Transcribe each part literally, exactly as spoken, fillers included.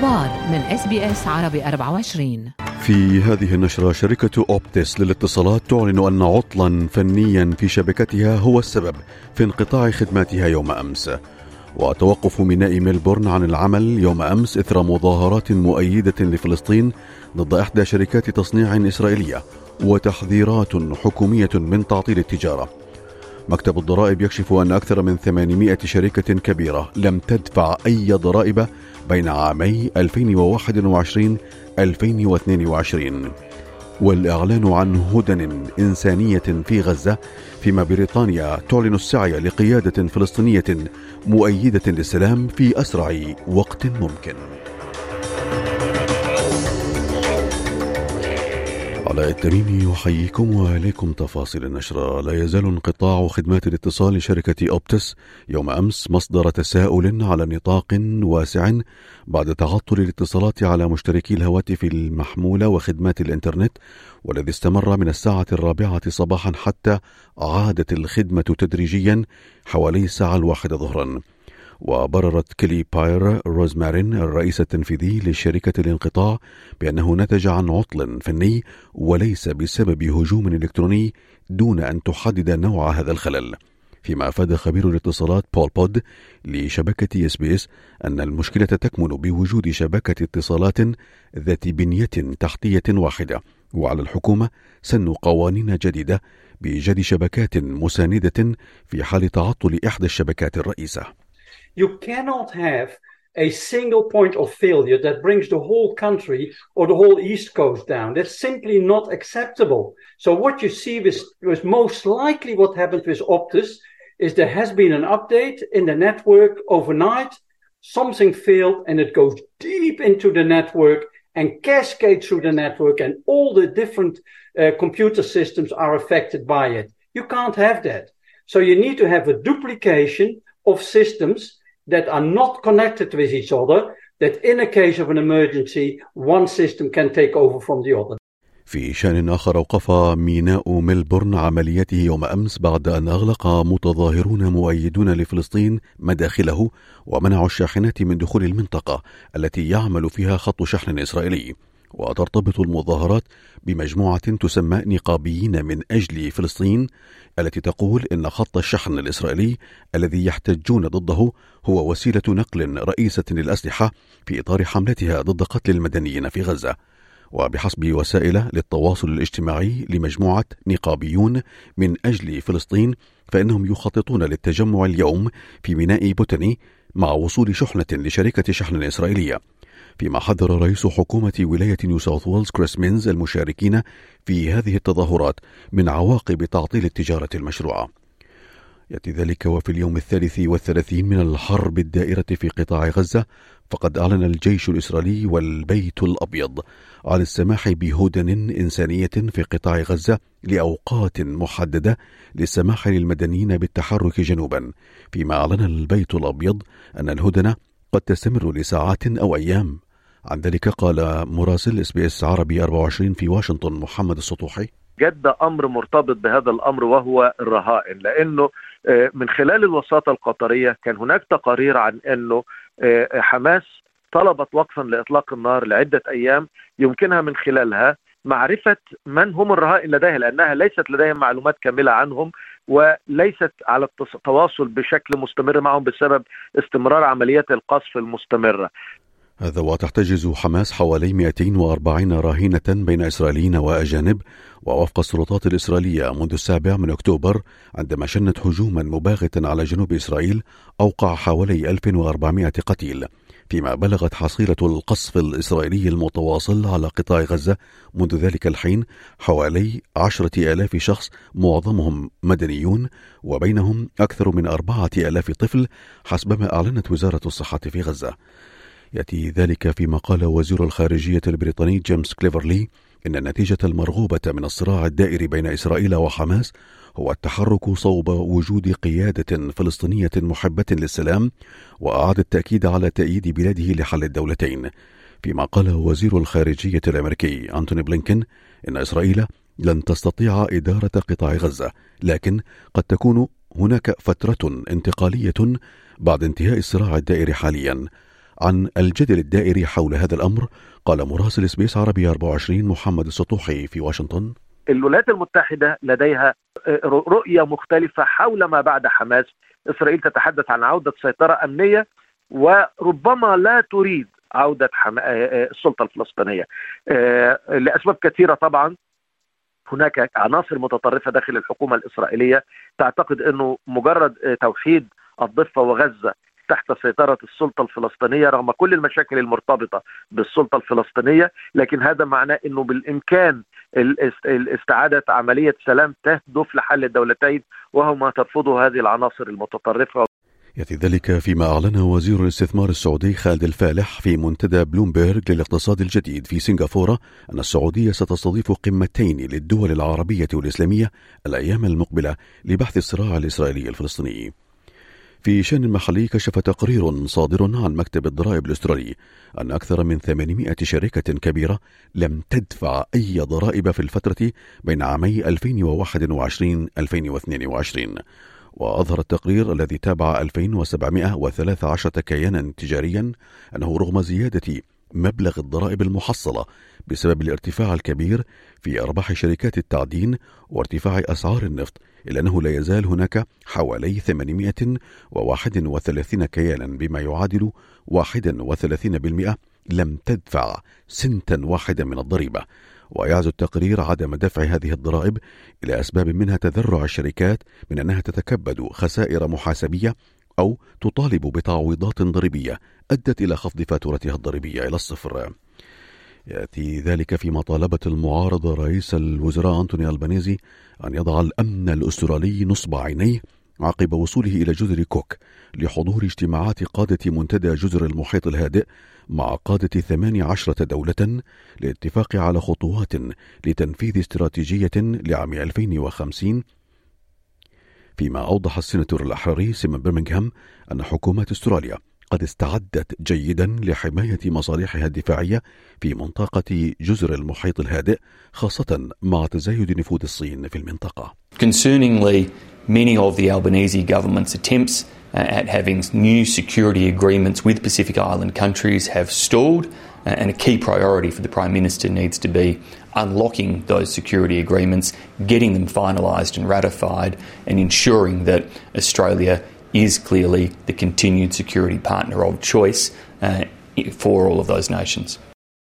الأخبار من إس بي إس عربي أربعة وعشرين. في هذه النشرة، شركة أوبتس للاتصالات تعلن أن عطلا فنيا في شبكتها هو السبب في انقطاع خدماتها يوم أمس. وتوقف ميناء ميلبورن عن العمل يوم أمس إثر مظاهرات مؤيدة لفلسطين ضد إحدى شركات تصنيع إسرائيلية وتحذيرات حكومية من تعطيل التجارة. مكتب الضرائب يكشف أن أكثر من ثمانمائة شركة كبيرة لم تدفع أي ضرائب بين عامي ألفين وواحد وعشرين ألفين واثنين وعشرين. والإعلان عن هدن إنسانية في غزة، فيما بريطانيا تعلن السعي لقيادة فلسطينية مؤيدة للسلام في أسرع وقت ممكن. علاء التميمي يحييكم وإليكم تفاصيل النشرة. لا يزال انقطاع خدمات الاتصال لشركة أوبتس يوم أمس مصدر تساؤل على نطاق واسع بعد تعطل الاتصالات على مشتركي الهواتف المحمولة وخدمات الإنترنت، والذي استمر من الساعة الرابعة صباحا حتى عادت الخدمة تدريجيا حوالي الساعة الواحدة ظهرا. وبررت كيلي باير روزمارين الرئيس التنفيذي لشركة الانقطاع بأنه نتج عن عطل فني وليس بسبب هجوم إلكتروني، دون أن تحدد نوع هذا الخلل. فيما أفاد خبير الاتصالات بول بود لشبكة إس بي إس أن المشكلة تكمن بوجود شبكة اتصالات ذات بنية تحتية واحدة، وعلى الحكومة سن قوانين جديدة بإيجاد شبكات مساندة في حال تعطل إحدى الشبكات الرئيسة. You cannot have a single point of failure that brings the whole country or the whole East Coast down. That's simply not acceptable. So what you see with, with most likely what happened with Optus is there has been an update in the network overnight, something failed, and it goes deep into the network and cascades through the network, and all the different uh, computer systems are affected by it. You can't have that. So you need to have a duplication of systems that are not connected with each other, that in a case of an emergency, one system can take over from the other. في شأن آخر، أوقف ميناء ميلبورن عملياته يوم أمس بعد أن أغلق متظاهرون مؤيدون لفلسطين مداخله ومنعوا الشاحنات من دخول المنطقة التي يعمل فيها خط شحن إسرائيلي. وترتبط المظاهرات بمجموعة تسمى نقابيين من أجل فلسطين، التي تقول إن خط الشحن الإسرائيلي الذي يحتجون ضده هو وسيلة نقل رئيسة للأسلحة في إطار حملتها ضد قتل المدنيين في غزة. وبحسب وسائل للتواصل الاجتماعي لمجموعة نقابيون من أجل فلسطين، فإنهم يخططون للتجمع اليوم في ميناء بوتني مع وصول شحنة لشركة شحن إسرائيلية. فيما حذر رئيس حكومة ولاية نيو ساوث ويلز كريس مينز المشاركين في هذه التظاهرات من عواقب تعطيل التجارة المشروعة. يأتي ذلك وفي اليوم الثالث والثلاثين من الحرب الدائرة في قطاع غزة، فقد أعلن الجيش الإسرائيلي والبيت الأبيض على السماح بهدن إنسانية في قطاع غزة لأوقات محددة للسماح للمدنيين بالتحرك جنوبا. فيما أعلن البيت الأبيض أن الهدنة قد تستمر لساعات أو أيام. عن ذلك قال مراسل إس بي إس عربي أربعة وعشرين في واشنطن محمد السطوحي: جد أمر مرتبط بهذا الأمر وهو الرهائن، لأنه من خلال الوساطة القطرية كان هناك تقارير عن أنه حماس طلبت وقفا لإطلاق النار لعدة أيام يمكنها من خلالها معرفة من هم الرهائن لديها، لأنها ليست لديهم معلومات كاملة عنهم وليست على التواصل بشكل مستمر معهم بسبب استمرار عمليات القصف المستمرة. هذا وتحتجز حماس حوالي مئتين وأربعين راهنة بين إسرائيليين وأجانب. ووفق السلطات الإسرائيلية منذ السابع من أكتوبر عندما شنت هجوما مباغتا على جنوب إسرائيل أوقع حوالي ألف وأربعمائة قتيل، فيما بلغت حصيلة القصف الإسرائيلي المتواصل على قطاع غزة منذ ذلك الحين حوالي عشرة آلاف شخص، معظمهم مدنيون وبينهم أكثر من أربعة آلاف طفل حسب ما أعلنت وزارة الصحة في غزة. يأتي ذلك فيما قال وزير الخارجية البريطاني جيمس كليفرلي إن النتيجة المرغوبة من الصراع الدائري بين إسرائيل وحماس هو التحرك صوب وجود قيادة فلسطينية محبة للسلام، وأعاد التأكيد على تأييد بلاده لحل الدولتين. فيما قال وزير الخارجية الأمريكي أنتوني بلينكن إن إسرائيل لن تستطيع إدارة قطاع غزة، لكن قد تكون هناك فترة انتقالية بعد انتهاء الصراع الدائري حاليا. عن الجدل الدائري حول هذا الأمر قال مراسل اس بي اس عربي أربعة وعشرين محمد السطوحي في واشنطن: الولايات المتحدة لديها رؤية مختلفة حول ما بعد حماس. إسرائيل تتحدث عن عودة سيطرة أمنية وربما لا تريد عودة السلطة الفلسطينية لأسباب كثيرة. طبعا هناك عناصر متطرفة داخل الحكومة الإسرائيلية تعتقد أنه مجرد توحيد الضفة وغزة تحت سيطرة السلطة الفلسطينية رغم كل المشاكل المرتبطة بالسلطة الفلسطينية، لكن هذا معناه أنه بالإمكان استعادة عملية سلام تهدف لحل الدولتين، وهو ما ترفضه هذه العناصر المتطرفة. يأتي ذلك فيما أعلن وزير الاستثمار السعودي خالد الفالح في منتدى بلومبيرغ للاقتصاد الجديد في سنغافورة أن السعودية ستستضيف قمتين للدول العربية والإسلامية الأيام المقبلة لبحث الصراع الإسرائيلي الفلسطيني. في شأن محلي، كشف تقرير صادر عن مكتب الضرائب الأسترالي أن أكثر من ثمانمائة شركة كبيرة لم تدفع أي ضرائب في الفترة بين عامي ألفين وواحد وعشرين ألفين واثنين وعشرين. وأظهر التقرير الذي تابع ألفين وسبعمائة وثلاثة عشر كيانا تجاريا أنه رغم زيادة مبلغ الضرائب المحصلة بسبب الارتفاع الكبير في أرباح شركات التعدين وارتفاع أسعار النفط، إلا أنه لا يزال هناك حوالي ثمانمائة وواحد وثلاثين كيانا بما يعادل واحد وثلاثين بالمئة لم تدفع سنتا واحدا من الضريبة. ويعزو التقرير عدم دفع هذه الضرائب إلى أسباب منها تذرع الشركات من أنها تتكبد خسائر محاسبية أو تطالب بتعويضات ضريبية أدت إلى خفض فاتورتها الضريبية إلى الصفر. يأتي ذلك فيما طالبت المعارضة رئيس الوزراء أنتوني ألبانيزي أن يضع الأمن الأسترالي نصب عينيه عقب وصوله إلى جزر كوك لحضور اجتماعات قادة منتدى جزر المحيط الهادئ مع قادة ثمان عشرة دولة للاتفاق على خطوات لتنفيذ استراتيجية لعام ألفين وخمسين. فيما أوضح السيناتور الأحراري سيمون برمنغهام أن حكومة أستراليا قد استعدت جيدا لحماية مصالحها الدفاعية في منطقة جزر المحيط الهادئ، خاصة مع تزايد نفوذ الصين في المنطقة. Concerningly, many of the Albanese government's attempts at having new security agreements with Pacific Island countries have stalled, and a key priority for the Prime Minister needs to be unlocking those security agreements, getting them finalised and ratified, and ensuring that Australia is clearly the continued security partner of choice uh, for all of those nations.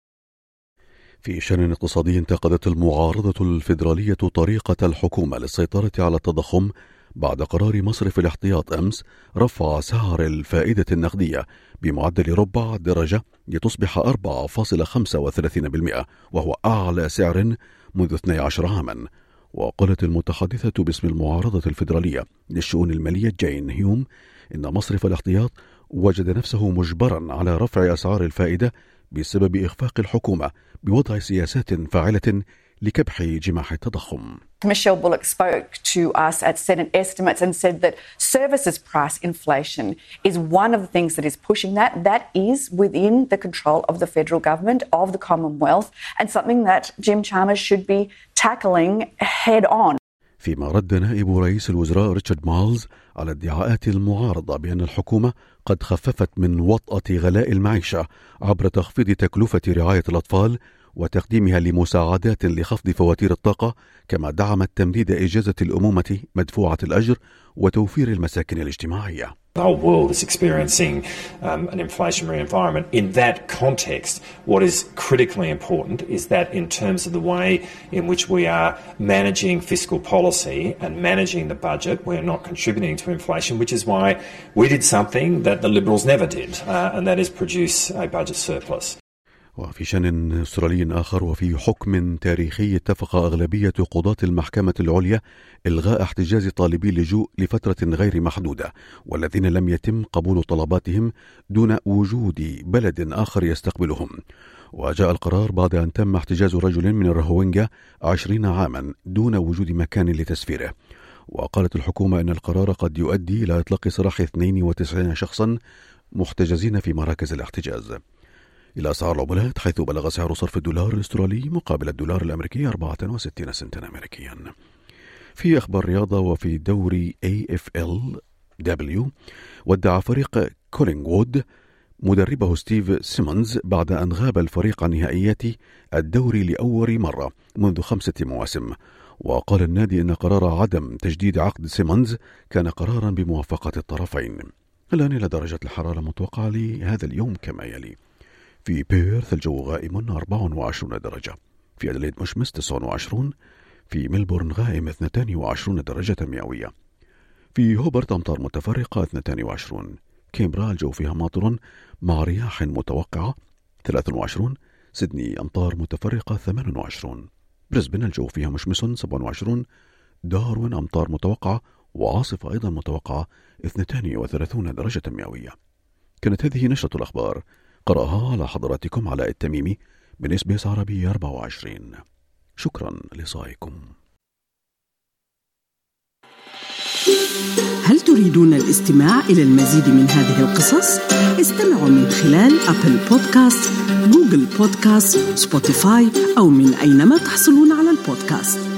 في شأن اقتصادي، انتقدت المعارضة الفيدرالية طريقة الحكومة للسيطرة على التضخم بعد قرار مصرف الاحتياط أمس رفع سعر الفائدة النقدية بمعدل ربع درجة لتصبح أربعة فاصلة خمسة وثلاثين بالمئة، وهو أعلى سعر منذ اثني عشر عاما. وقالت المتحدثة باسم المعارضة الفيدرالية للشؤون المالية جين هيوم إن مصرف الاحتياط وجد نفسه مجبرا على رفع أسعار الفائدة بسبب إخفاق الحكومة بوضع سياسات فاعلة لكبح جماح التضخم. Michelle Bullock spoke to us at Senate estimates and said that services price inflation is one of the things that is pushing that. That is within the control of the federal government, of the Commonwealth, and something that Jim Chalmers should be tackling head on. فيما رد نائب رئيس الوزراء ريتشارد مالز على ادعاءات المعارضة بأن الحكومة قد خففت من وطأة غلاء المعيشة عبر تخفيض تكلفة رعاية الأطفال وتقديمها لمساعدات لخفض فواتير الطاقة، كما دعمت تمديد إجازة الأمومة مدفوعة الأجر وتوفير المساكن الاجتماعية. The whole world is experiencing um, an inflationary environment. In that context, what is critically important is that in terms of the way in which we are managing fiscal policy and managing the budget, we're not contributing to inflation, which is why we did something that the Liberals never did, uh, and that is produce a budget surplus. وفي شأن أسترالي آخر، وفي حكم تاريخي اتفق أغلبية قضاة المحكمة العليا إلغاء احتجاز طالبي اللجوء لفترة غير محدودة والذين لم يتم قبول طلباتهم دون وجود بلد آخر يستقبلهم. وجاء القرار بعد أن تم احتجاز رجل من الروهينجا عشرين عاما دون وجود مكان لتسفيره. وقالت الحكومة أن القرار قد يؤدي إلى إطلاق سراح اثنين وتسعين شخصا محتجزين في مراكز الاحتجاز. إلى أسعار العملات، حيث بلغ سعر صرف الدولار الأسترالي مقابل الدولار الأمريكي أربعة وستين سنتا أمريكيا. في أخبار رياضة، وفي دوري إيه إف إل دبليو ودع فريق كولينغوود مدربه ستيف سيمونز بعد أن غاب الفريق عن نهائيات الدوري لأول مرة منذ خمسة مواسم. وقال النادي أن قرار عدم تجديد عقد سيمونز كان قرارا بموافقة الطرفين. الآن إلى درجة الحرارة المتوقعة لهذا اليوم كما يلي: في بيرث الجو غائم أربعة وعشرين درجة، في أدليد مشمس تسعة وعشرين، في ملبورن غائم اثنتين وعشرين درجة مئوية، في هوبرت أمطار متفرقة اثنتين وعشرين، كامبرا الجو فيها ماطر مع رياح متوقعة ثلاثة وعشرين، سيدني أمطار متفرقة ثمانية وعشرين، بريسبن الجو فيها مشمس سبعة وعشرين، داروين أمطار متوقعة وعاصفة أيضا متوقعة اثنتين وثلاثين درجة مئوية. كانت هذه نشرة الأخبار، قرأها على حضراتكم علاء التميمي من إس بي إس عربي أربعة وعشرين. شكرا لصائكم. هل تريدون الاستماع إلى المزيد من هذه القصص؟ استمعوا من خلال أبل بودكاست، جوجل بودكاست، سبوتيفاي أو من أينما تحصلون على البودكاست.